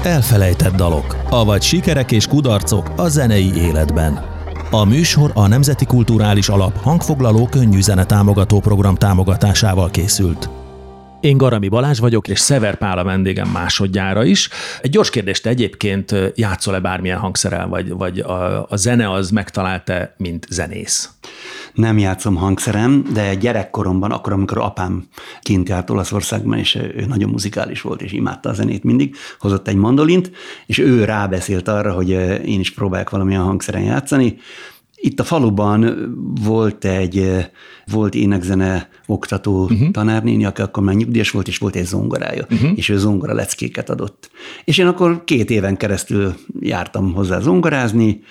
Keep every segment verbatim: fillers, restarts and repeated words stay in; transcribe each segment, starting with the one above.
Elfelejtett dalok, avagy sikerek és kudarcok a zenei életben. A műsor a Nemzeti Kulturális Alap hangfoglaló könnyű zene támogató program támogatásával készült. Én Garami Balázs vagyok, és Szever Pál a vendégem másodjára is. Egy gyors kérdést, te egyébként játszol-e bármilyen hangszerrel, vagy, vagy a, a zene az megtalált-e, mint zenész? Nem játszom hangszerem, de gyerekkoromban, akkor, amikor apám kint járt Olaszországban, és ő nagyon muzikális volt, és imádta a zenét mindig, hozott egy mandolint, és ő rábeszélt arra, hogy én is próbáljak valamilyen hangszeren játszani. Itt a faluban volt egy volt énekzene oktató uh-huh. tanárnéni, aki akkor már nyugdíjas volt, és volt egy zongorája, uh-huh. és ő zongora leckéket adott. És én akkor két éven keresztül jártam hozzá zongorázni,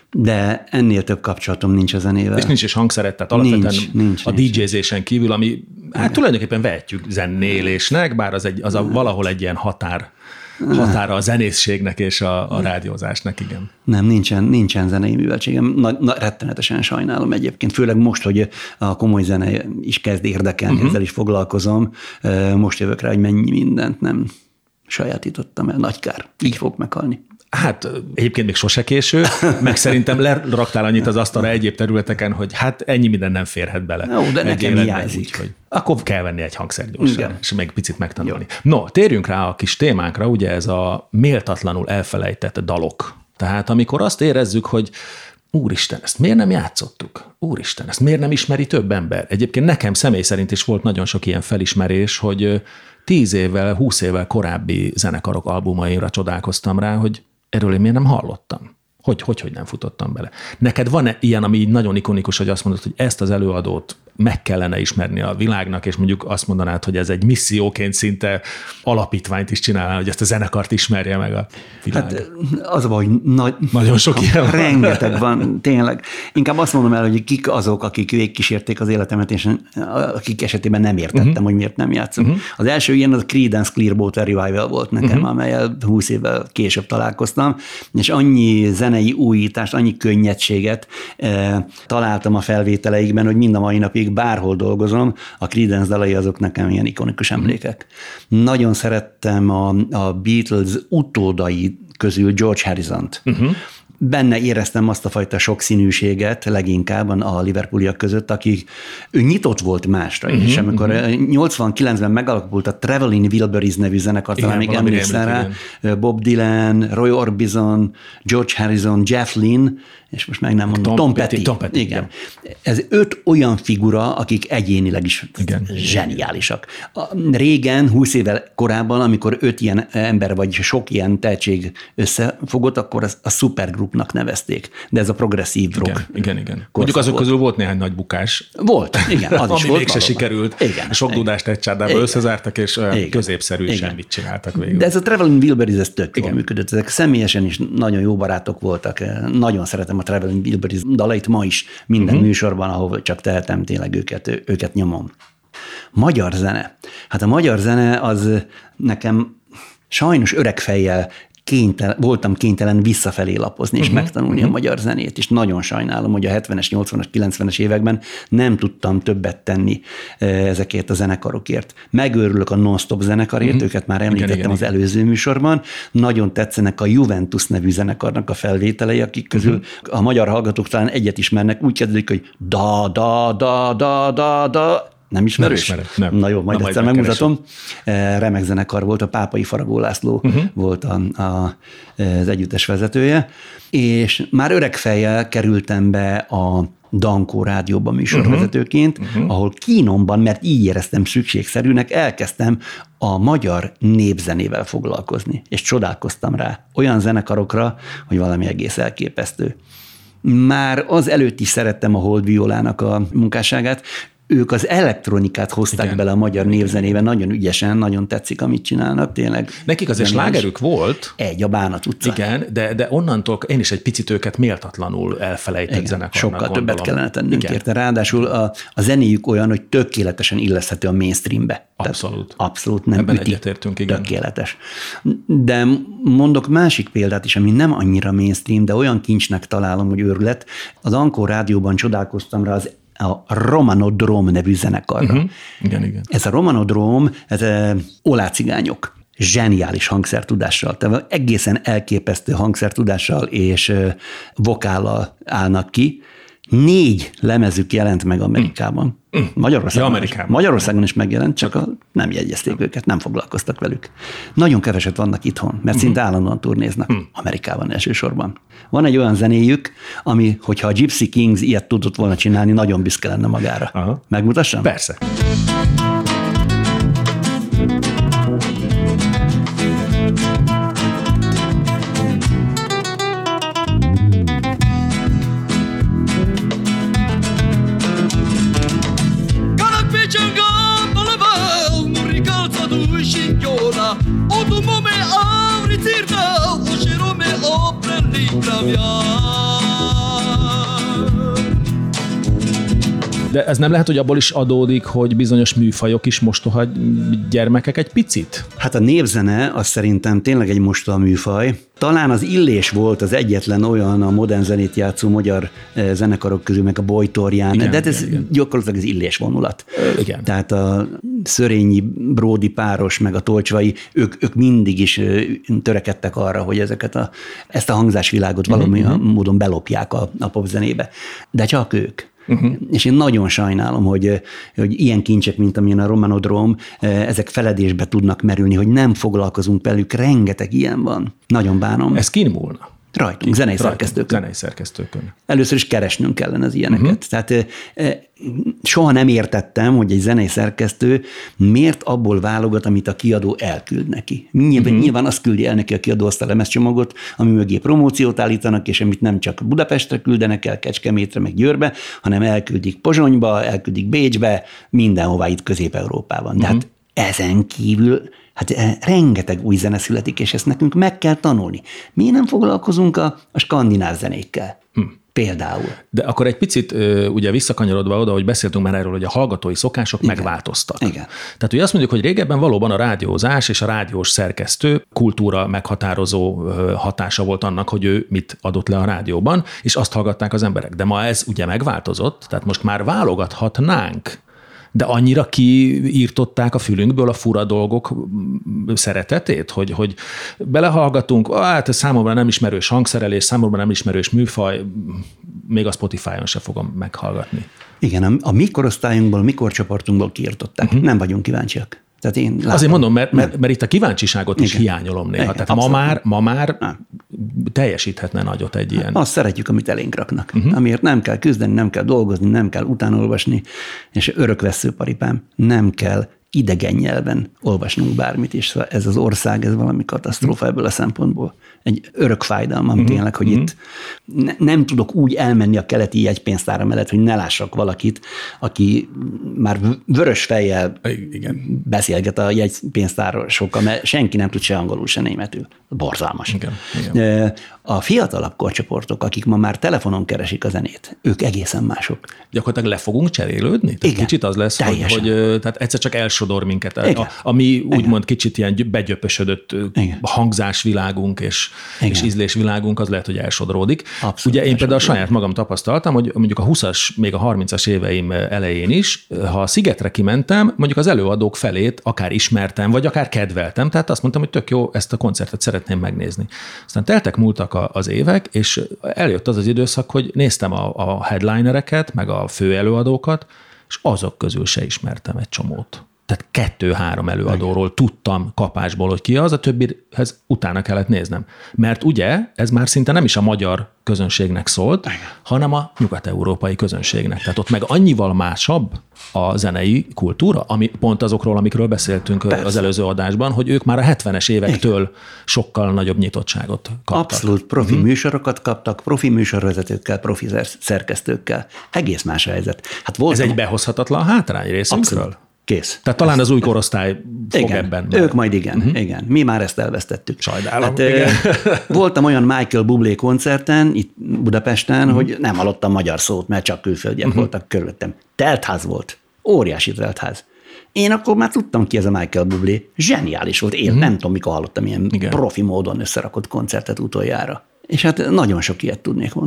de ennél több kapcsolatom nincs a zenével. És nincs is hangszeret, tehát alapvetően nincs, nincs, a dé jézésen kívül, ami hát tulajdonképpen vehetjük zenélésnek, bár az, egy, az a, valahol egy ilyen határ, határa a zenészségnek és a, a rádiózásnak, igen. Nem, nincsen, nincsen zenei műveltségem. Na, na, rettenetesen sajnálom egyébként, főleg most, hogy a komoly zene is kezd érdekelni, uh-huh. ezzel is foglalkozom. Most jövök rá, hogy mennyi mindent nem sajátítottam el. Nagy kár. Így fog meghalni. Hát egyébként még sose késő, meg szerintem leraktál annyit az asztalra egyéb területeken, hogy hát ennyi minden nem férhet bele. Jó, de nekem hiányzik. Úgyhogy akkor kell venni egy hangszert gyorsan, igen. és még picit megtanulni. Jó. No, térjünk rá a kis témánkra, ugye ez a méltatlanul elfelejtett dalok. Tehát amikor azt érezzük, hogy úristen, ezt miért nem játszottuk? Úristen, ezt miért nem ismeri több ember? Egyébként nekem személy szerint is volt nagyon sok ilyen felismerés, hogy tíz évvel, húsz évvel korábbi zenekarok albumaira csodálkoztam rá, hogy erről én miért nem hallottam? Hogy, hogy, hogy nem futottam bele? Neked van-e ilyen, ami így nagyon ikonikus, hogy azt mondod, hogy ezt az előadót meg kellene ismerni a világnak, és mondjuk azt mondanád, hogy ez egy misszióként szinte alapítványt is csinálná, hogy ezt a zenekart ismerje meg a világ. Hát az a baj, hogy nagy, nagyon sok ilyen rengeteg van. van, tényleg. Inkább azt mondom el, hogy kik azok, akik végigkísérték az életemet, és akik esetében nem értettem, uh-huh. hogy miért nem játszom. Uh-huh. Az első ilyen az a Creedence Clearwater Revival volt nekem, uh-huh. amelyel húsz évvel később találkoztam, és annyi zenei újítást, annyi könnyedséget eh, találtam a felvételeikben, hogy mind a mai napig bárhol dolgozom, a Creedence dalai azok nekem ilyen ikonikus emlékek. Uh-huh. Nagyon szerettem a, a Beatles utódai közül George Harrisont. Uh-huh. Benne éreztem azt a fajta sokszínűséget, leginkább a liverpooliak között, akik ő nyitott volt másra is. Uh-huh, amikor uh-huh. nyolcvankilencben megalakult a Traveling Wilburys nevű zenekar, talán még emlékszel rá, igen. Bob Dylan, Roy Orbison, George Harrison, Jeff Lynne, és most meg nem mondom, Tom, Tom Petty. Tom Petty. Igen. igen. Ez öt olyan figura, akik egyénileg is igen. zseniálisak. Régen, húsz évvel korábban, amikor öt ilyen ember, vagy sok ilyen tehetség összefogott, akkor az a supergroupnak nevezték. De ez a progresszív rock. Igen, igen. igen. Mondjuk azok közül volt néhány nagy bukás. Volt, igen. Az ami is volt, mégse sikerült. Igen. Sok dudást egy csárdába összezártak, és igen. középszerű igen. semmit csináltak végül. De ez a Traveling Wilburys, ez tök jól működött. Ezek személyesen is nagyon jó barátok voltak. Nagyon szeretem a Traveling Wilburys dalait ma is minden uh-huh. műsorban, ahol csak tehetem, tényleg őket, őket nyomom. Magyar zene. Hát a magyar zene az nekem sajnos öreg fejjel Kénytelen, voltam kénytelen visszafelé lapozni és uh-huh, megtanulni uh-huh. a magyar zenét, és nagyon sajnálom, hogy a hetvenes, nyolcvanas, kilencvenes években nem tudtam többet tenni ezekért a zenekarokért. Megőrülök a Non-Stop zenekarért, uh-huh. őket már említettem igen, az igen. előző műsorban. Nagyon tetszenek a Juventus nevű zenekarnak a felvételei, akik közül uh-huh. a magyar hallgatók talán egyet ismernek, úgy kezdődik, hogy da, da, da, da, da, da. Nem ismerős? Nem ismerek, nem. Na jó, majd Na, egyszer majd megmutatom. Remek zenekar volt, a Pápai Faragó László uh-huh. volt a, a, az együttes vezetője, és már öreg fejjel kerültem be a Dankó rádióba műsorvezetőként, uh-huh. uh-huh. ahol kínomban, mert így éreztem szükségszerűnek, elkezdtem a magyar népzenével foglalkozni, és csodálkoztam rá olyan zenekarokra, hogy valami egész elképesztő. Már az előtt is szerettem a Hold Violának a munkásságát, ők az elektronikát hozták igen. bele a magyar névzenében, nagyon ügyesen, nagyon tetszik, amit csinálnak, tényleg. Nekik azért slágerük volt. Egy, a Bánat utca. Igen, de, de onnantól én is egy picit őket méltatlanul elfelejtett igen, zenekarnak sokkal gondolom. Többet kellene tennünk igen. érte. Ráadásul a, a zenéjük olyan, hogy tökéletesen illeszthető a mainstreambe. Abszolút. Tehát abszolút nem Ebben üti. egyetértünk, igen. Tökéletes. De mondok másik példát is, ami nem annyira mainstream, de olyan kincsnek találom, hogy őrület. Az Ankó rádióban csodálkoztam rá az a Romanodróm nevű zenekarra. Uh-huh. Igen, igen. Ez a Romanodróm, ez olácigányok. zseniális hangszertudással, tehát egészen elképesztő hangszertudással és vokállal állnak ki. Négy lemezük jelent meg Amerikában. Mm. Magyarországon, ja, Amerikában. Magyarországon is megjelent, csak a, nem jegyezték őket, nem foglalkoztak velük. Nagyon keveset vannak itthon, mert mm. szinte állandóan turnéznak. Mm. Amerikában elsősorban. Van egy olyan zenéjük, ami, hogyha a Gypsy Kings ilyet tudott volna csinálni, nagyon büszke lenne magára. Aha. Megmutassam? Persze. De ez nem lehet, hogy abból is adódik, hogy bizonyos műfajok is mostoha gyermekek egy picit? Hát a népzene az szerintem tényleg egy mostoha műfaj. Talán az Illés volt az egyetlen olyan a modern zenét játszó magyar zenekarok közül, meg a Bojtorján, igen, de ez igen, gyakorlatilag az Illés vonulat. Igen. Tehát a Szörényi, Bródi páros, meg a Tolcsvai, ők, ők mindig is törekedtek arra, hogy ezeket a, ezt a hangzásvilágot valamilyen uh-huh. módon belopják a, a popzenébe. De csak ők. Uh-huh. És én nagyon sajnálom, hogy, hogy ilyen kincsek, mint amilyen a Romanodróm, ezek feledésbe tudnak merülni, hogy nem foglalkozunk velük, rengeteg ilyen van. Nagyon bánom. Ez kin múlna? Rajtunk, zenei szerkesztőkön. Zenei szerkesztőkön. Először is keresnünk kellene az ilyeneket. Uh-huh. Tehát soha nem értettem, hogy egy zenei szerkesztő miért abból válogat, amit a kiadó elküld neki. Nyilván, uh-huh. nyilván azt küldi el neki a kiadó azt a lemezcsomagot, ami mögé promóciót állítanak, és amit nem csak Budapestre küldenek el, Kecskemétre, meg Győrbe, hanem elküldik Pozsonyba, elküldik Bécsbe, mindenhová itt Közép-Európában. Uh-huh. Tehát ezen kívül hát rengeteg új zene születik, és ezt nekünk meg kell tanulni. Mi nem foglalkozunk a, a skandináv zenékkel? Hm. Például. De akkor egy picit ugye visszakanyarodva oda, hogy beszéltünk már erről, hogy a hallgatói szokások igen. megváltoztak. Igen. Tehát ugye azt mondjuk, hogy régebben valóban a rádiózás és a rádiós szerkesztő kultúra meghatározó hatása volt annak, hogy ő mit adott le a rádióban, és azt hallgatták az emberek. De ma ez ugye megváltozott, tehát most már válogathatnánk, de annyira kiírtották a fülünkből a fura dolgok szeretetét, hogy, hogy belehallgatunk, hát ez számomra nem ismerős hangszerelés, számomra nem ismerős műfaj, még a Spotify-on se fogom meghallgatni. Igen, a, a mi korosztályunkból, mi korcsoportunkból kiírtották. Uh-huh. Nem vagyunk kíváncsiak. Tehát én látom, azért mondom, mert, mert, mert itt a kíváncsiságot is igen. hiányolom néha. Igen, Tehát ma már, ma már teljesíthetne nagyot egy ilyen. Azt szeretjük, amit elénk raknak. Uh-huh. Amiért nem kell küzdeni, nem kell dolgozni, nem kell utánolvasni, és örökvessző paripám, nem kell idegen nyelven olvasnunk bármit is. Ez az ország, ez valami katasztrófa ebből a szempontból. Egy örök fájdalmam uh-huh. tényleg, hogy uh-huh. itt ne, nem tudok úgy elmenni a keleti jegypénztára mellett, hogy ne lássak valakit, aki már vörös fejjel igen. beszélget a jegypénztárosokkal, mert senki nem tud se angolul, se németül. Borzalmas. Igen. Igen. A fiatalabb korcsoportok, akik ma már telefonon keresik a zenét, ők egészen mások. Gyakorlatilag le fogunk cserélődni? Tehát kicsit az lesz, hogy, hogy tehát egyszer csak elsodor minket. A, ami úgymond kicsit ilyen begyöpösödött igen. hangzásvilágunk és, és ízlésvilágunk, az lehet, hogy elsodródik. Abszolút. Ugye én például a saját magam tapasztaltam, hogy mondjuk a huszas, még a harmincas éveim elején is, ha a Szigetre kimentem, mondjuk az előadók felét akár ismertem, vagy akár kedveltem, tehát azt mondtam, hogy tök jó, ezt a koncertet szeretném megnézni. Aztán teltek múltak az évek, és eljött az az időszak, hogy néztem a, a headlinereket, meg a fő előadókat, és azok közül se ismertem egy csomót. Tehát kettő-három előadóról tudtam kapásból, hogy ki az, a többihez utána kellett néznem. Mert ugye ez már szinte nem is a magyar közönségnek szólt, igen. hanem a nyugat-európai közönségnek. Tehát ott meg annyival másabb a zenei kultúra, ami pont azokról, amikről beszéltünk persze. az előző adásban, hogy ők már a hetvenes évektől igen. sokkal nagyobb nyitottságottságot kaptak. Abszolút profi uh-huh. műsorokat kaptak, profi műsorvezetőkkel, profi szerkesztőkkel. Egész más a helyzet. Hát ez egy behozhatatlan hátrány részünkről? Abszolút. Kész. Tehát talán az új korosztály fog igen, ebben. Ők majd igen, uh-huh. igen. Mi már ezt elvesztettük. Sajnálom. Hát, igen. Voltam olyan Michael Bublé koncerten, itt Budapesten, uh-huh. hogy nem hallottam magyar szót, mert csak külföldiek uh-huh. voltak körülöttem. Teltház volt. Óriási teltház. Én akkor már tudtam ki ez a Michael Bublé. Zseniális volt. Én uh-huh. nem tudom, mikor hallottam ilyen igen. profi módon összerakott koncertet utoljára. És hát nagyon sok ilyet tudnék mondani. Uh-huh.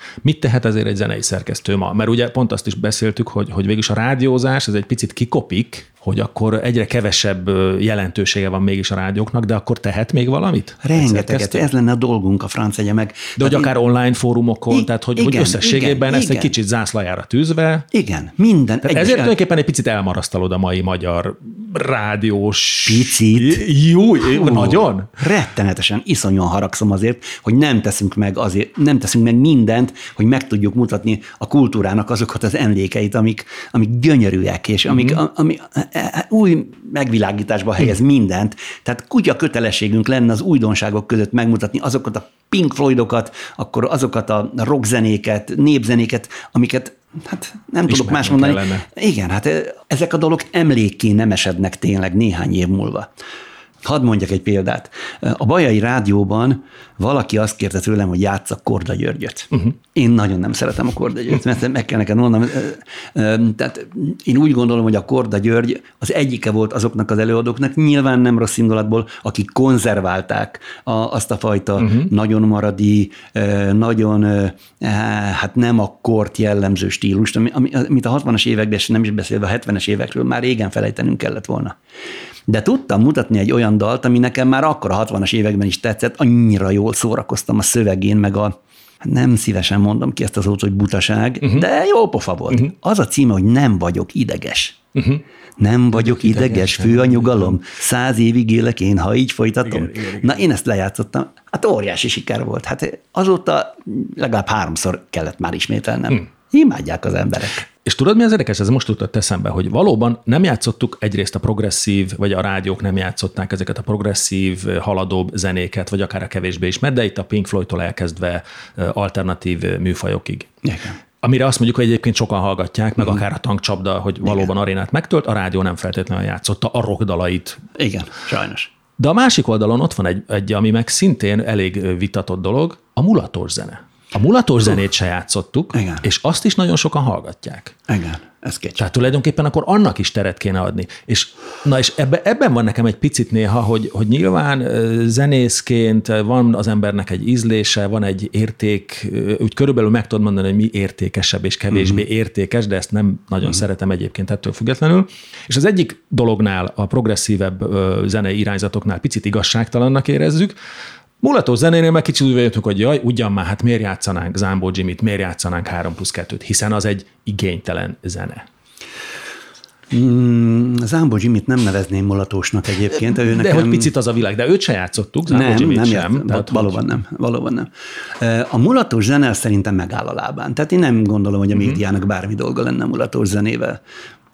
Mit tehet ezért egy zenei szerkesztő ma? Mert ugye pont azt is beszéltük, hogy, hogy végülis a rádiózás, ez egy picit kikopik, hogy akkor egyre kevesebb jelentősége van mégis a rádióknak, de akkor tehet még valamit? Rengeteget, ez lenne a dolgunk a franc egye meg. De hogy akár én... online fórumokon, I- tehát hogy, igen, hogy összességében igen, ezt igen. egy kicsit zászlajára tűzve. Igen, minden. Ezért el... tulajdonképpen egy picit elmarasztalod a mai magyar rádiós... Picit? Jó, Hú, nagyon? Rettenetesen, iszonyúan haragszom azért, hogy nem teszünk meg azért, nem teszünk meg mindent, hogy meg tudjuk mutatni a kultúrának azokat az emlékeit, amik, amik gyönyörűek, és amik, mm-hmm. ami, új megvilágításba helyez mm. mindent. Tehát kutya kötelességünk lenne az újdonságok között megmutatni azokat a Pink Floydokat, akkor azokat a rockzenéket, népzenéket, amiket hát nem tudok más mondani. Kellene. Igen, hát ezek a dolgok emlékké nem esednek tényleg néhány év múlva. Hadd mondjak egy példát. A Bajai Rádióban valaki azt kérte tőlem, hogy játsszak Korda Györgyöt. Uh-huh. Én nagyon nem szeretem a Korda Györgyöt, mert meg kell neked mondanom. Tehát én úgy gondolom, hogy a Korda György az egyike volt azoknak az előadóknak, nyilván nem rossz indulatból, akik konzerválták a, azt a fajta uh-huh. nagyon maradi, nagyon hát nem a kort jellemző stílust, amit a hatvanas években, és nem is beszélve a hetvenes évekről már régen felejtenünk kellett volna. De tudtam mutatni egy olyan dalt, ami nekem már akkor a hatvanas években is tetszett, annyira jól szórakoztam a szövegén, meg a, nem szívesen mondom ki ezt az szót, hogy butaság, uh-huh. de jó pofa volt. Uh-huh. Az a címe, hogy Nem vagyok ideges. Uh-huh. Nem vagyok ideges, ideges fő a nyugalom, száz évig élek én, ha így folytatom. Igen, igen, igen. Na, én ezt lejátszottam. Hát óriási siker volt. Hát azóta legalább háromszor kellett már ismételnem. Hmm. Imádják az emberek. És tudod, mi az érdekes? Ez most jutott eszembe, hogy valóban nem játszottuk egyrészt a progresszív, vagy a rádiók nem játszották ezeket a progresszív, haladóbb zenéket, vagy akár a kevésbé ismert, de itt a Pink Floydtól elkezdve alternatív műfajokig. Igen. Amire azt mondjuk, hogy egyébként sokan hallgatják, meg uh-huh. akár a tankcsapda, hogy valóban igen. arénát megtölt, a rádió nem feltétlenül játszotta a rock dalait. Igen, sajnos. De a másik oldalon ott van egy, egy ami meg szintén elég vitatott dolog, a mulatos zene. A mulatos zenét se játszottuk, igen. és azt is nagyon sokan hallgatják. Igen, ez kétség. Tehát tulajdonképpen akkor annak is teret kéne adni. És, na és ebbe, ebben van nekem egy picit néha, hogy, hogy nyilván zenészként van az embernek egy ízlése, van egy érték, úgy körülbelül meg tudod mondani, hogy mi értékesebb és kevésbé uh-huh. értékes, de ezt nem nagyon uh-huh. szeretem egyébként ettől függetlenül. És az egyik dolognál, a progresszívebb zenei irányzatoknál picit igazságtalannak érezzük, mulatos zenénél meg kicsit úgy véljük, hogy jaj, ugyan már, hát miért játszanánk Zámbó Jimmy-t, miért játszanánk három plusz kettőt, hiszen az egy igénytelen zene. Mm, Zámbó Jimmy-t nem nevezném mulatósnak egyébként. Ő de nekem... hogy picit az a világ, de őt se játszottuk, Zámbó nem, Jimmy-t nem sem. Játsz, tehát valóban, nem, valóban nem. A mulatos zene szerintem megáll a lábán. Tehát én nem gondolom, hogy a médiának bármi dolga lenne a mulatos zenével.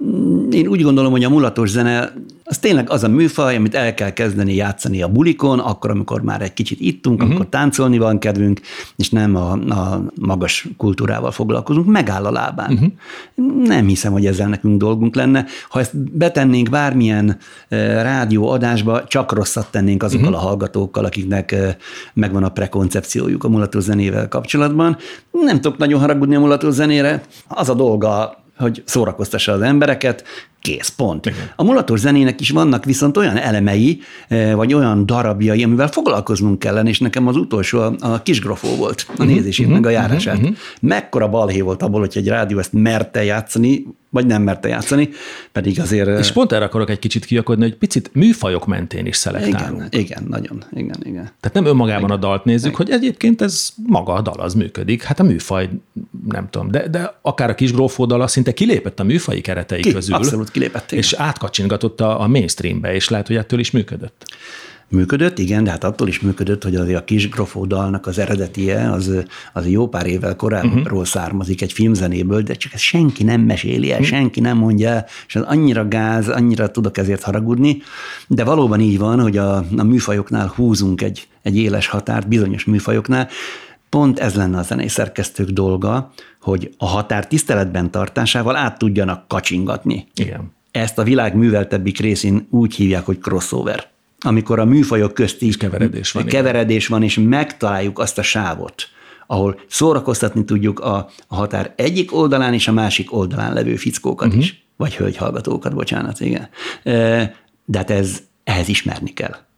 Én úgy gondolom, hogy a mulatos zene az tényleg az a műfaj, amit el kell kezdeni játszani a bulikon, akkor, amikor már egy kicsit ittunk, uh-huh. amikor táncolni van kedvünk, és nem a, a magas kultúrával foglalkozunk, megáll a lábán. Uh-huh. Nem hiszem, hogy ezzel nekünk dolgunk lenne. Ha ezt betennénk bármilyen e, rádióadásba, csak rosszat tennénk azokkal uh-huh. a hallgatókkal, akiknek e, megvan a prekoncepciójuk a mulatos zenével kapcsolatban. Nem tudok nagyon haragudni a mulatos zenére. Az a dolga, hogy szórakoztassa az embereket, kész, pont. Igen. A mulatos zenének is vannak viszont olyan elemei, vagy olyan darabjai, amivel foglalkoznunk kellene, és nekem az utolsó a, a Kisgrofó volt, a uh-huh, nézését, uh-huh, meg a járását. Uh-huh. Mekkora balhé volt abból, hogy egy rádió ezt merte játszani, vagy nem merte játszani, pedig azért... És pont erre akarok egy kicsit kiakodni, hogy picit műfajok mentén is szelektálunk. Igen, igen, nagyon, igen, igen. Tehát nem önmagában igen. a dalt nézzük, igen. hogy egyébként ez maga a dal, az működik. Hát a műfaj, nem tudom, de, de akár a Kisgrófó dala szinte kilépett a műfaji keretei Ki, közül. Abszolút kilépett. Igen. És átkacsingatott a, a mainstreambe, és lehet, hogy ettől is működött. Működött, igen, de hát attól is működött, hogy azért a Kisgrofó dalnak az eredetie az, az jó pár évvel korábbról uh-huh. származik egy filmzenéből, de csak ezt senki nem meséli el, uh-huh. senki nem mondja el, és az annyira gáz, annyira tudok ezért haragudni, de valóban így van, hogy a, a műfajoknál húzunk egy, egy éles határt, bizonyos műfajoknál. Pont ez lenne a zenei szerkesztők dolga, hogy a határ tiszteletben tartásával át tudjanak kacsingatni. Igen. Ezt a világ műveltebbik részén úgy hívják, hogy crossover. Amikor a műfajok közti keveredés van, keveredés van, és megtaláljuk azt a sávot, ahol szórakoztatni tudjuk a, a határ egyik oldalán és a másik oldalán levő fickókat uh-huh. is, vagy hölgyhallgatókat, bocsánat, igen. De hát ez, ehhez ismerni kell.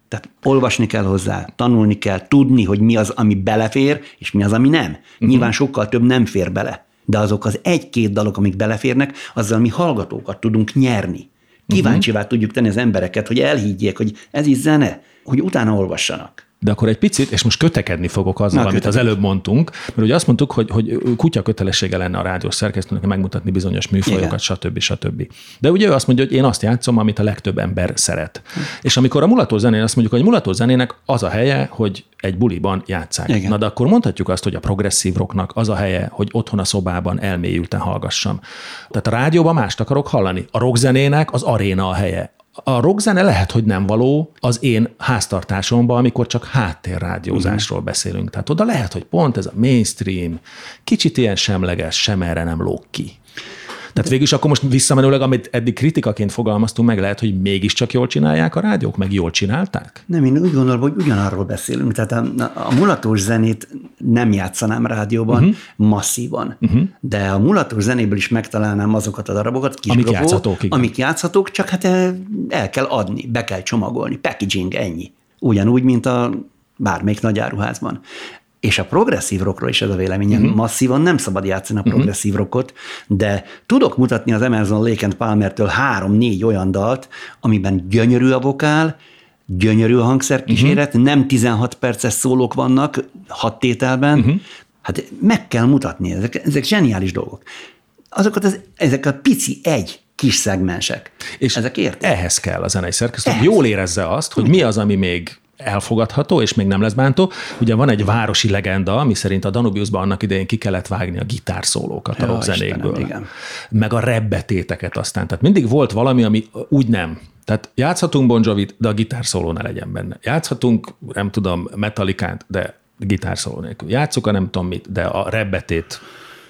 Tehát olvasni kell hozzá, tanulni kell, tudni, hogy mi az, ami belefér, és mi az, ami nem. Uh-huh. Nyilván sokkal több nem fér bele, de azok az egy-két dalok, amik beleférnek, azzal mi hallgatókat tudunk nyerni. Kíváncsivá uh-huh. tudjuk tenni az embereket, hogy elhiggyék, hogy ez is zene, hogy utána olvassanak. De akkor egy picit, és most kötekedni fogok azzal, Na, amit az előbb mondtunk, mert ugye azt mondtuk, hogy, hogy kutya kötelessége lenne a rádiós szerkesztőnek megmutatni bizonyos műfajokat, Igen. stb. stb. De ugye ő azt mondja, hogy én azt játszom, amit a legtöbb ember szeret. Hm. És amikor a mulató zenén azt mondjuk, hogy a mulató zenének az a helye, hogy egy buliban játsszák. Igen. Na de akkor mondhatjuk azt, hogy a progresszív rocknak az a helye, hogy otthon a szobában elmélyülten hallgassam. Tehát a rádióban mást akarok hallani. A rockzenének az aréna a helye. A rockzene lehet, hogy nem való az én háztartásomban, amikor csak háttérrádiózásról beszélünk. Tehát oda lehet, hogy pont ez a mainstream, kicsit ilyen semleges, sem erre nem lóg ki. Tehát végülis akkor most visszamenőleg, amit eddig kritikaként fogalmaztunk, meg lehet, hogy mégiscsak jól csinálják a rádiók, meg jól csinálták? Nem, én úgy gondolom, hogy ugyanarról beszélünk. Tehát a, a mulatós zenét nem játszanám rádióban uh-huh. masszívan, uh-huh. de a mulatós zenéből is megtalálnám azokat a darabokat, kis amik dobó, játszhatók, igen. amik játszhatók, csak hát el kell adni, be kell csomagolni, packaging, ennyi. Ugyanúgy, mint a bármelyik nagy áruházban. És a progresszív rockról is ez a véleményem. Uh-huh. Masszívan nem szabad játszani a progresszív uh-huh. rockot, de tudok mutatni az Emerson, Lake and Palmertől három-négy olyan dalt, amiben gyönyörű a vokál, gyönyörű a hangszerkíséret, uh-huh. nem tizenhat perces szólók vannak hat tételben. Uh-huh. Hát meg kell mutatni, ezek, ezek zseniális dolgok. Azokat az, ezek a pici egy kis szegmensek. És ezek érték. Ehhez kell a zenei szerkesztő, hogy jól érezze azt, hogy mi az, ami még elfogadható, és még nem lesz bántó. Ugye van egy városi legenda, ami szerint a Danubiusban annak idején ki kellett vágni a gitárszólókat a ja, rockzenékből. Istenem, meg a rebbetéteket aztán. Tehát mindig volt valami, ami úgy nem. Tehát játszhatunk Bon Jovit, de a gitárszóló ne legyen benne. Játszhatunk, nem tudom, Metallicát, de gitárszóló nélkül. Játsszuk a nem tudom mit, de a rebbetét.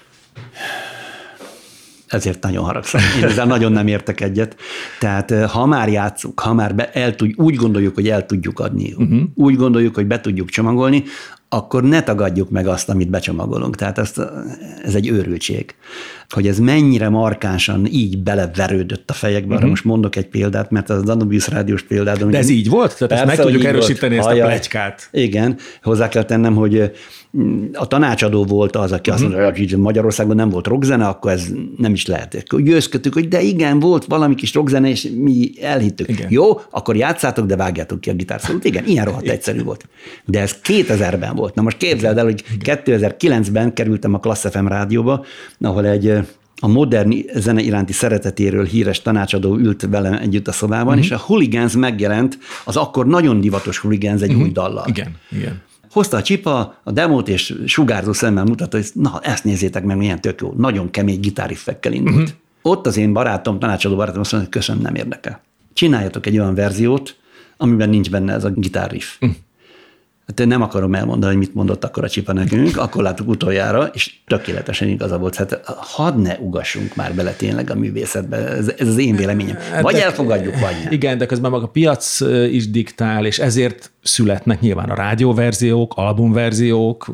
Ezért nagyon haragszom. Én ezzel nagyon nem értek egyet. Tehát ha már játszunk, ha már be, el tud, úgy gondoljuk, hogy el tudjuk adni, uh-huh. úgy gondoljuk, hogy be tudjuk csomagolni, akkor ne tagadjuk meg azt, amit becsomagolunk. Tehát ezt, ez egy őrültség. Hogy ez mennyire markánsan így beleverődött a fejekbe, uh-huh. arra most mondok egy példát, mert az Danubius rádiós példát. De ez így volt? Tehát persze, ezt meg tudjuk erősíteni volt. Ezt a pletykát. Igen, hozzá kell tennem, hogy a tanácsadó volt az, aki uh-huh. azt mondta, hogy Magyarországon nem volt rockzene, akkor ez nem is lehet. Győzködtük, hogy de igen, volt valami kis rockzene, és mi elhittük. Igen. Jó, akkor játszátok, de vágjátok ki a gitárszólót. Igen, ilyen rohadt egyszerű volt. De ez kétezerben volt. Na most képzeld el, hogy kétezer-kilencben kerültem a Klassz ef em rádióba, ahol egy a modern zene iránti szeretetéről híres tanácsadó ült velem együtt a szobában, uh-huh. és a Hooligans megjelent, az akkor nagyon divatos Hooligans egy uh-huh. új dallal. Igen, igen. Hozta a csipa, a demót, és sugárzó szemmel mutatta, hogy na, ezt nézzétek meg, milyen tök jó. Nagyon kemény gitárriffekkel indult. Uh-huh. Ott az én barátom, tanácsadó barátom azt mondta, hogy köszönöm, nem érdekel. Csináljatok egy olyan verziót, amiben nincs benne ez a gitárriff. Uh-huh. Hát nem akarom elmondani, hogy mit mondott akkor a csipa nekünk, akkor láttuk utoljára, és tökéletesen igaza volt. Hát hadd ne ugassunk már bele tényleg a művészetbe, ez, ez az én véleményem. Vagy de, elfogadjuk, vagy nem. Igen, de közben maga a piac is diktál, és ezért születnek nyilván a rádióverziók, albumverziók,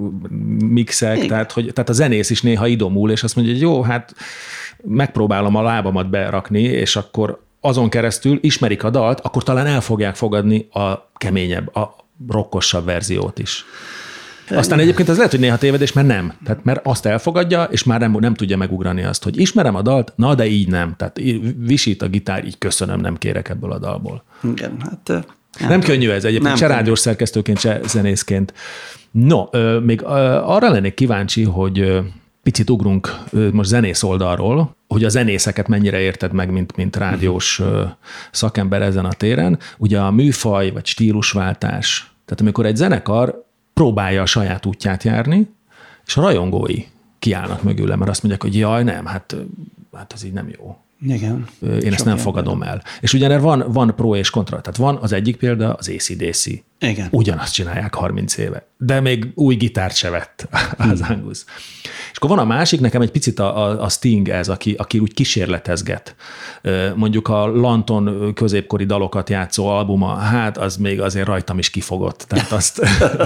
mixek, tehát, hogy, tehát a zenész is néha idomul, és azt mondja, hogy jó, hát megpróbálom a lábamat berakni, és akkor azon keresztül ismerik a dalt, akkor talán el fogják fogadni a keményebb, a rokkosabb verziót is. Aztán egyébként ez lehet, hogy néha tévedés, mert nem. Tehát mert azt elfogadja, és már nem, nem tudja megugrani azt, hogy ismerem a dalt, na de így nem. Tehát visít a gitár, így köszönöm, nem kérek ebből a dalból. Igen, hát... Nem, nem könnyű ez egyébként, se rádiós szerkesztőként, se zenészként. No, még arra lennék kíváncsi, hogy picit ugrunk most zenész oldalról, hogy a zenészeket mennyire érted meg, mint, mint rádiós szakember ezen a téren. Ugye a műfaj vagy stílusváltás, tehát amikor egy zenekar próbálja a saját útját járni, és a rajongói kiállnak mögüle, mert azt mondják, hogy jaj, nem, hát, hát ez így nem jó. Igen. Én ezt nem fogadom el. És ugyanerre van, van pro és kontra. Tehát van az egyik példa, az á cé dé cé. Igen. Ugyanazt csinálják harminc éve. De még új gitárt se vett az hmm. Angus. És akkor van a másik, nekem egy picit a, a Sting ez, aki, aki úgy kísérletezget. Mondjuk a Lanton középkori dalokat játszó albuma, hát az még azért rajtam is kifogott. Tehát azt,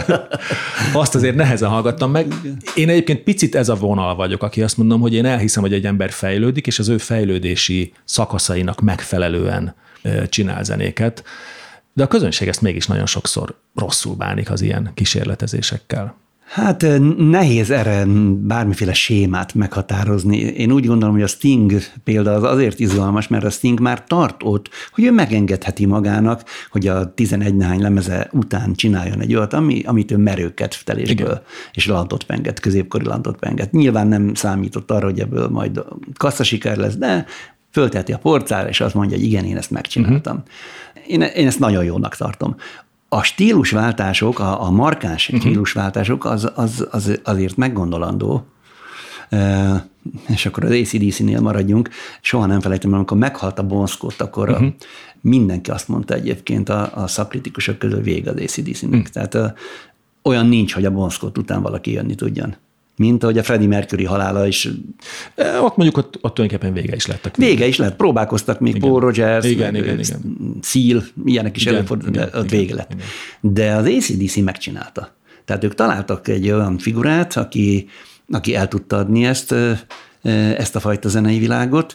azt azért nehezen hallgattam meg. Én egyébként picit ez a vonal vagyok, aki azt mondom, hogy én elhiszem, hogy egy ember fejlődik, és az ő fejlődési szakaszainak megfelelően csinál zenéket. De a közönség ezt mégis nagyon sokszor rosszul bánik az ilyen kísérletezésekkel. Hát nehéz erre bármiféle sémát meghatározni. Én úgy gondolom, hogy a Sting példa az azért izgalmas, mert a Sting már tart ott, hogy ő megengedheti magának, hogy a tizenegy néhány lemeze után csináljon egy olyat, ami, amit ő merőkedvtelésből, igen, és lantot penget, középkori lantot penget. Nyilván nem számított arra, hogy ebből majd kasszasiker lesz, de fölteti a porcára, és azt mondja, hogy igen, én ezt megcsináltam. Uh-huh. Én, én ezt nagyon jónak tartom. A stílusváltások, a, a markáns uh-huh. stílusváltások az, az, az azért meggondolandó, e, és akkor az á cé dé cé-nél maradjunk. Soha nem felejtem, amikor meghalt a Bon Scott, akkor uh-huh. a, mindenki azt mondta egyébként a, a szakkritikusok közül vége az á cé dé cé-nek. Uh-huh. Tehát a, olyan nincs, hogy a Bon Scott után valaki jönni tudjon. Mint ahogy a Freddie Mercury halála is. E, ott mondjuk ott, ott tulajdonképpen vége is lettek. Vége, vége is lett, próbálkoztak még, igen. Paul Rogers, igen, igen, igen. Seal, ilyenek is előfordult, de ott vége lett. Igen. De az á cé dé cé megcsinálta. Tehát ők találtak egy olyan figurát, aki, aki el tudta adni ezt, ezt a fajta zenei világot,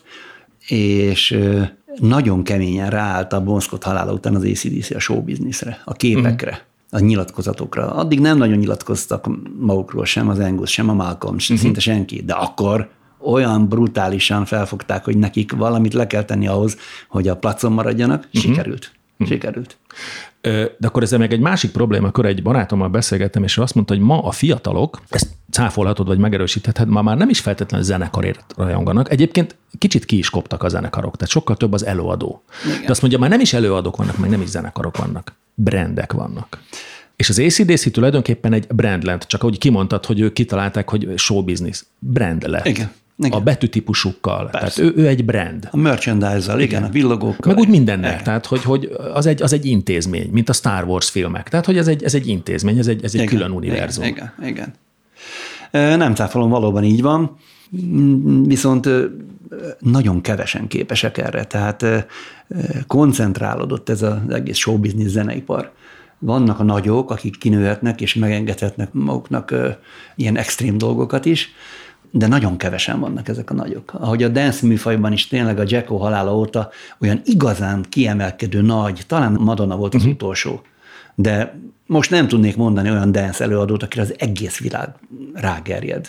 és nagyon keményen ráállt a Bon Scott halála után az á cé dé cé a showbizniszre, a képekre. Uh-huh. a nyilatkozatokra. Addig nem nagyon nyilatkoztak magukról sem, az Angus, sem a Malcolm, sem, uh-huh. szinte senki, de akkor olyan brutálisan felfogták, hogy nekik valamit le kell tenni ahhoz, hogy a placon maradjanak. Uh-huh. Sikerült. Uh-huh. Sikerült. De akkor ezzel meg egy másik probléma, akkor egy barátommal beszélgettem, és ő azt mondta, hogy ma a fiatalok, ezt cáfolhatod, vagy megerősítheted, ma már nem is feltétlenül zenekarért rajonganak. Egyébként kicsit ki is koptak a zenekarok, tehát sokkal több az előadó. Igen. De azt mondja, már nem is előadók vannak, meg nem is zenekarok vannak, brandek vannak. És az á cé dé cé tulajdonképpen egy brand lett, csak ahogy kimondtad, hogy ők kitalálták, hogy show business, brand lett. Igen. Igen. A betűtípusukkal. Persze. Tehát ő, ő egy brand. A merchandise-zal, igen, a villogókkal. Meg úgy mindennek, igen. Tehát hogy, hogy az, egy, az egy intézmény, mint a Star Wars filmek. Tehát, hogy ez egy, ez egy intézmény, ez egy, ez egy igen, külön univerzum. Igen, igen, igen. Nem cáfolom, valóban így van, viszont nagyon kevesen képesek erre, tehát koncentrálódott ez az egész showbiznisz zeneipar. Vannak a nagyok, akik kinőhetnek és megengedhetnek maguknak ilyen extrém dolgokat is, de nagyon kevesen vannak ezek a nagyok. Ahogy a dance műfajban is tényleg a Jacko halála óta olyan igazán kiemelkedő nagy, talán Madonna volt az uh-huh. utolsó, de most nem tudnék mondani olyan dance előadót, akire az egész világ rágerjed.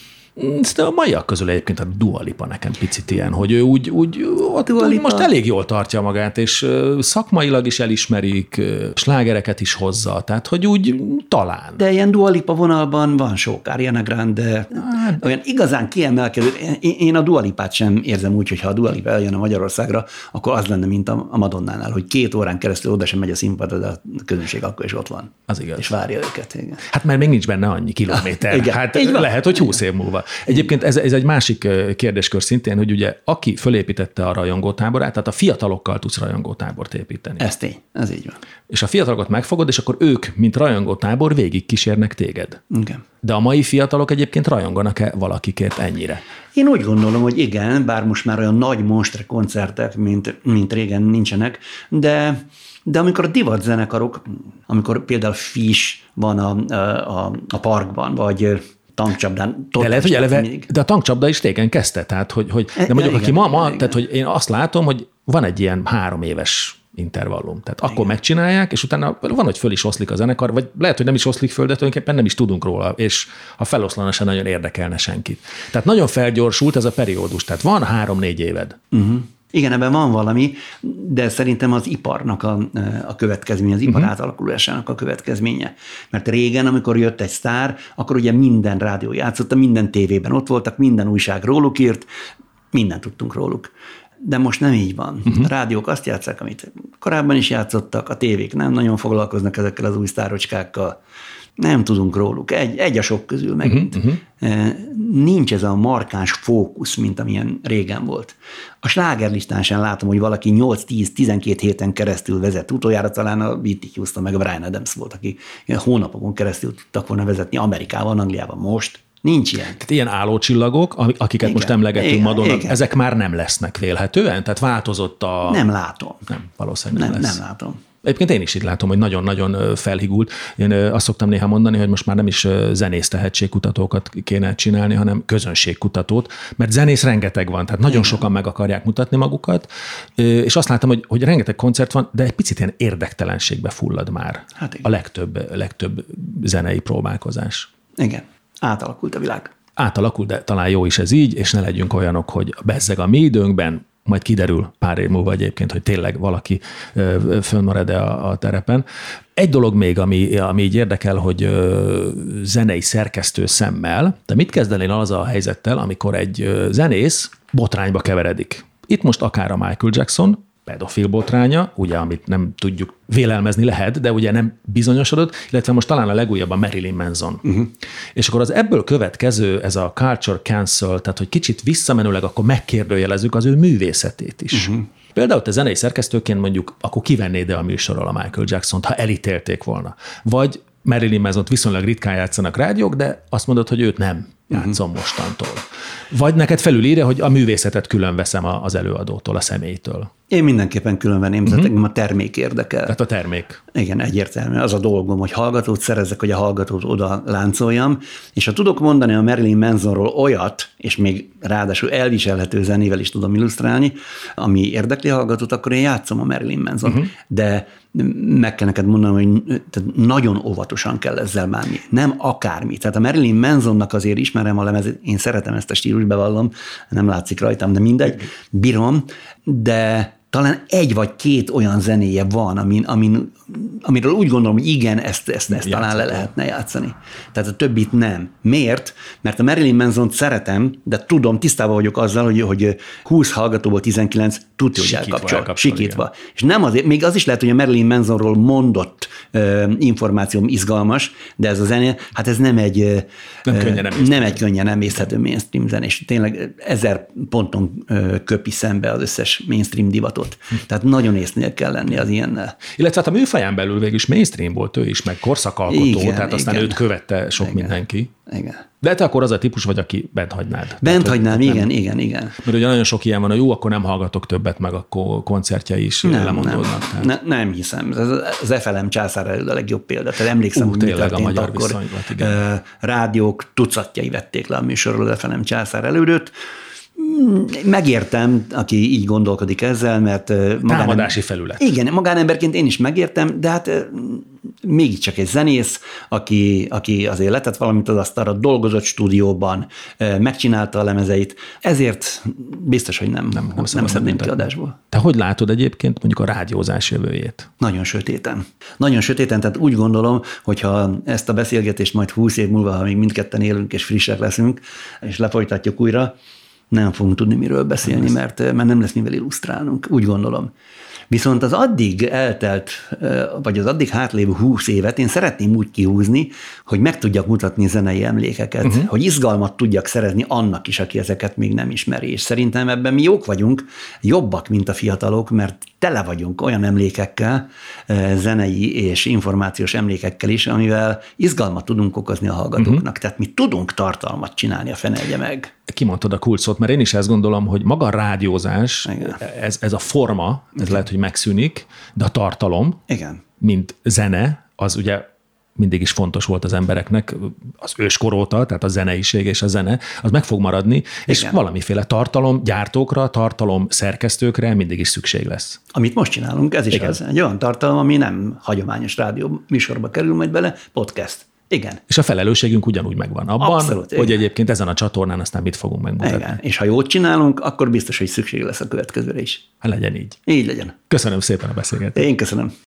De a maiak közül egyébként a Dua Lipa nekem picit ilyen, hogy ő úgy, úgy, ott, úgy most elég jól tartja magát, és szakmailag is elismerik, slágereket is hozza, tehát hogy úgy talán. De ilyen Dua Lipa vonalban van sok, Ariana Grande, hát, olyan igazán kiemelkedő. Én a Dua Lipát sem érzem úgy, hogy ha a Dua Lipa eljön a Magyarországra, akkor az lenne, mint a Madonnánál, hogy két órán keresztül oda sem megy a színpadra, de a közönség akkor is ott van. Az igaz. És várja őket. Igen. Hát mert még nincs benne annyi kilométer. Igen. Hát lehet, hogy húsz év múlva. Egyébként ez, ez egy másik kérdéskör szintén, hogy ugye aki fölépítette a rajongótáborát, tehát a fiatalokkal tudsz rajongótábort építeni. Ez tény, ez így van. És a fiatalokat megfogod, és akkor ők, mint rajongótábor, végig kísérnek téged. Igen. De a mai fiatalok egyébként rajonganak-e valakikért ennyire? Én úgy gondolom, hogy igen, bár most már olyan nagy monstre koncertek, mint, mint régen nincsenek, de De amikor a divat zenekarok, amikor például Fish van a, a, a parkban, vagy tankcsapdán. De lehet, hogy eleve, de a tankcsapda is régen kezdte, tehát hogy, hogy de mondjuk, igen, aki ma, ma tehát hogy én azt látom, hogy van egy ilyen három éves intervallum. Tehát igen. Akkor megcsinálják, és utána van, hogy föl is oszlik a zenekar, vagy lehet, hogy nem is oszlik föl, de tulajdonképpen nem is tudunk róla, és ha feloszlana se nagyon érdekelne senkit. Tehát nagyon felgyorsult ez a periódus, tehát van három-négy éved. Uh-huh. Igen, ebben van valami, de szerintem az iparnak a, a következménye, az ipar uh-huh. átalakulásának a következménye. Mert régen, amikor jött egy sztár, akkor ugye minden rádió játszotta, minden tévében ott voltak, minden újság róluk írt, mindent tudtunk róluk. De most nem így van. Uh-huh. A rádiók azt játsszák, amit korábban is játszottak, a tévék nem nagyon foglalkoznak ezekkel az új sztárocskákkal, nem tudunk róluk. Egy, egy a sok közül megint. Uh-huh, uh-huh. Nincs ez a markáns fókusz, mint amilyen régen volt. A slágerlistán sem látom, hogy valaki nyolc-tíz-tizenkét héten keresztül vezet. Utoljára talán a Whitney Houston meg a Bryan Adams volt, aki hónapokon keresztül tudtak volna vezetni Amerikában, Angliában. Most nincs ilyen. Tehát ilyen állócsillagok, akiket igen, most emlegetünk Madonna, ezek már nem lesznek vélhetően? Tehát változott a... Nem látom. Nem, valószínűleg nem, nem lesz. Nem látom. Egyébként én is itt látom, hogy nagyon-nagyon felhigult. Én azt szoktam néha mondani, hogy most már nem is zenész tehetségkutatókat kéne csinálni, hanem közönségkutatót, mert zenész rengeteg van, tehát nagyon sokan meg akarják mutatni magukat, és azt látom, hogy, hogy rengeteg koncert van, de egy picit ilyen érdektelenségbe fullad már hát a legtöbb, legtöbb zenei próbálkozás. Igen, átalakult a világ. Átalakult, de talán jó is ez így, és ne legyünk olyanok, hogy bezzeg a mi időnkben, majd kiderül pár év múlva egyébként, hogy tényleg valaki fönnmarad-e a, a terepen. Egy dolog még, ami, ami így érdekel, hogy zenei szerkesztő szemmel, de mit kezdenél az a helyzettel, amikor egy zenész botrányba keveredik? Itt most akár a Michael Jackson, pedofil botránya, ugye, amit nem tudjuk vélelmezni lehet, de ugye nem bizonyosodott, illetve most talán a legújabb a Marilyn Manson. Uh-huh. És akkor az ebből következő, ez a culture cancel, tehát hogy kicsit visszamenőleg akkor megkérdőjelezzük az ő művészetét is. Uh-huh. Például te zenei szerkesztőként mondjuk, akkor kivennéd-e a műsorról a Michael Jackson-t, ha elítélték volna? Vagy Marilyn Manson-t viszonylag ritkán játszanak rádiók, de azt mondod, hogy őt nem játszom uh-huh. mostantól. Vagy neked felülírja, hogy a művészetet külön veszem az előadótól, a személytől. Én mindenképpen külön venném, uh-huh. tehát a termék érdekel. Tehát a termék. Igen, egyértelmű. Az a dolgom, hogy hallgatót szerezzek, hogy a hallgatót oda láncoljam, és ha tudok mondani a Marilyn Mansonról olyat, és még ráadásul elviselhető zenével is tudom illusztrálni, ami érdekli a hallgatót, akkor én játszom a Marilyn Manson. Uh-huh. De meg kell neked mondanom, hogy nagyon óvatosan kell ezzel bánni. Nem akármi. Tehát a Marilyn Mansonnak azért ismerem a lemezét, én szeretem ezt a stílus, bevallom, nem látszik rajtam, de mindegy, bírom, de talán egy vagy két olyan zenéje van, amin, amin, amiről úgy gondolom, hogy igen, ezt, ezt, ezt talán le lehetne játszani. Tehát a többit nem. Miért? Mert a Marilyn Mansont szeretem, de tudom, tisztában vagyok azzal, hogy, hogy húsz hallgatóból tizenkilenc tudja, hogy elkapcsol, elkapcsol, sikítva. Igen. És nem azért, még az is lehet, hogy a Marilyn Mansonról mondott uh, információm izgalmas, de ez a zené, hát ez nem egy, nem, uh, könnyen nem, nem egy könnyen emészthető mainstream zen, és tényleg ezer ponton uh, köpi szembe az összes mainstream divatot. Tehát nagyon észnél kell lenni az ilyennel. Illetve hát a műfaján belül végül is mainstream volt ő is, meg korszakalkotó, igen, tehát aztán igen. őt követte sok igen. mindenki. Igen. De te akkor az a típus vagy, aki bent hagynád. Bent tehát, hagynám, igen, nem, igen, igen. Mert ugye nagyon sok ilyen van, hogy jó, akkor nem hallgatok többet, meg akkor koncertjei is nem, lemondódnak. Nem, tehát. Ne, nem hiszem. Az ef el em császár előtt a legjobb példa. Tehát emlékszem, uh, hogy mi történt a magyar akkor. Viszonylat, igen. Rádiók tucatjai vették le a műsorról az ef el em császár elődöt. Megértem, aki így gondolkodik ezzel, mert... Támadási felület. Igen, magánemberként én is megértem, de hát mégiscsak egy zenész, aki, aki azért letett valamit az asztalra, dolgozott stúdióban, megcsinálta a lemezeit, ezért biztos, hogy nem, nem, nem, nem szedném ki adásból. Te hogy látod egyébként mondjuk a rádiózás jövőjét? Nagyon sötéten. Nagyon sötéten, tehát úgy gondolom, hogyha ezt a beszélgetést majd húsz év múlva, ha még mindketten élünk és frissek leszünk, és lefolytatjuk újra, nem fogunk tudni miről beszélni, mert, mert nem lesz mivel illusztrálnunk, úgy gondolom. Viszont az addig eltelt, vagy az addig hátlévő húsz évet én szeretném úgy kihúzni, hogy meg tudjak mutatni zenei emlékeket, uh-huh. hogy izgalmat tudjak szerezni annak is, aki ezeket még nem ismeri. És szerintem ebben mi jók vagyunk, jobbak, mint a fiatalok, mert tele vagyunk olyan emlékekkel, zenei és információs emlékekkel is, amivel izgalmat tudunk okozni a hallgatóknak. Uh-huh. Tehát mi tudunk tartalmat csinálni, a fenelje meg. Kimondtad a kulcsot, mert én is ezt gondolom, hogy maga a rádiózás, ez, ez a forma, ez igen. lehet, hogy megszűnik, de a tartalom, igen. mint zene, az ugye mindig is fontos volt az embereknek, az őskor óta, tehát a zeneiség és a zene, az meg fog maradni, igen. és valamiféle tartalom gyártókra, tartalom szerkesztőkre mindig is szükség lesz. Amit most csinálunk, ez is igen. az. Egy olyan tartalom, ami nem hagyományos rádió műsorba kerül majd bele, podcast. Igen. És a felelősségünk ugyanúgy megvan abban, abszolút, hogy igen. egyébként ezen a csatornán aztán mit fogunk megmutatni. Igen. És ha jót csinálunk, akkor biztos, hogy szükség lesz a következőre is. Hát legyen így. Így legyen. Köszönöm szépen a beszélgetést. Én köszönöm.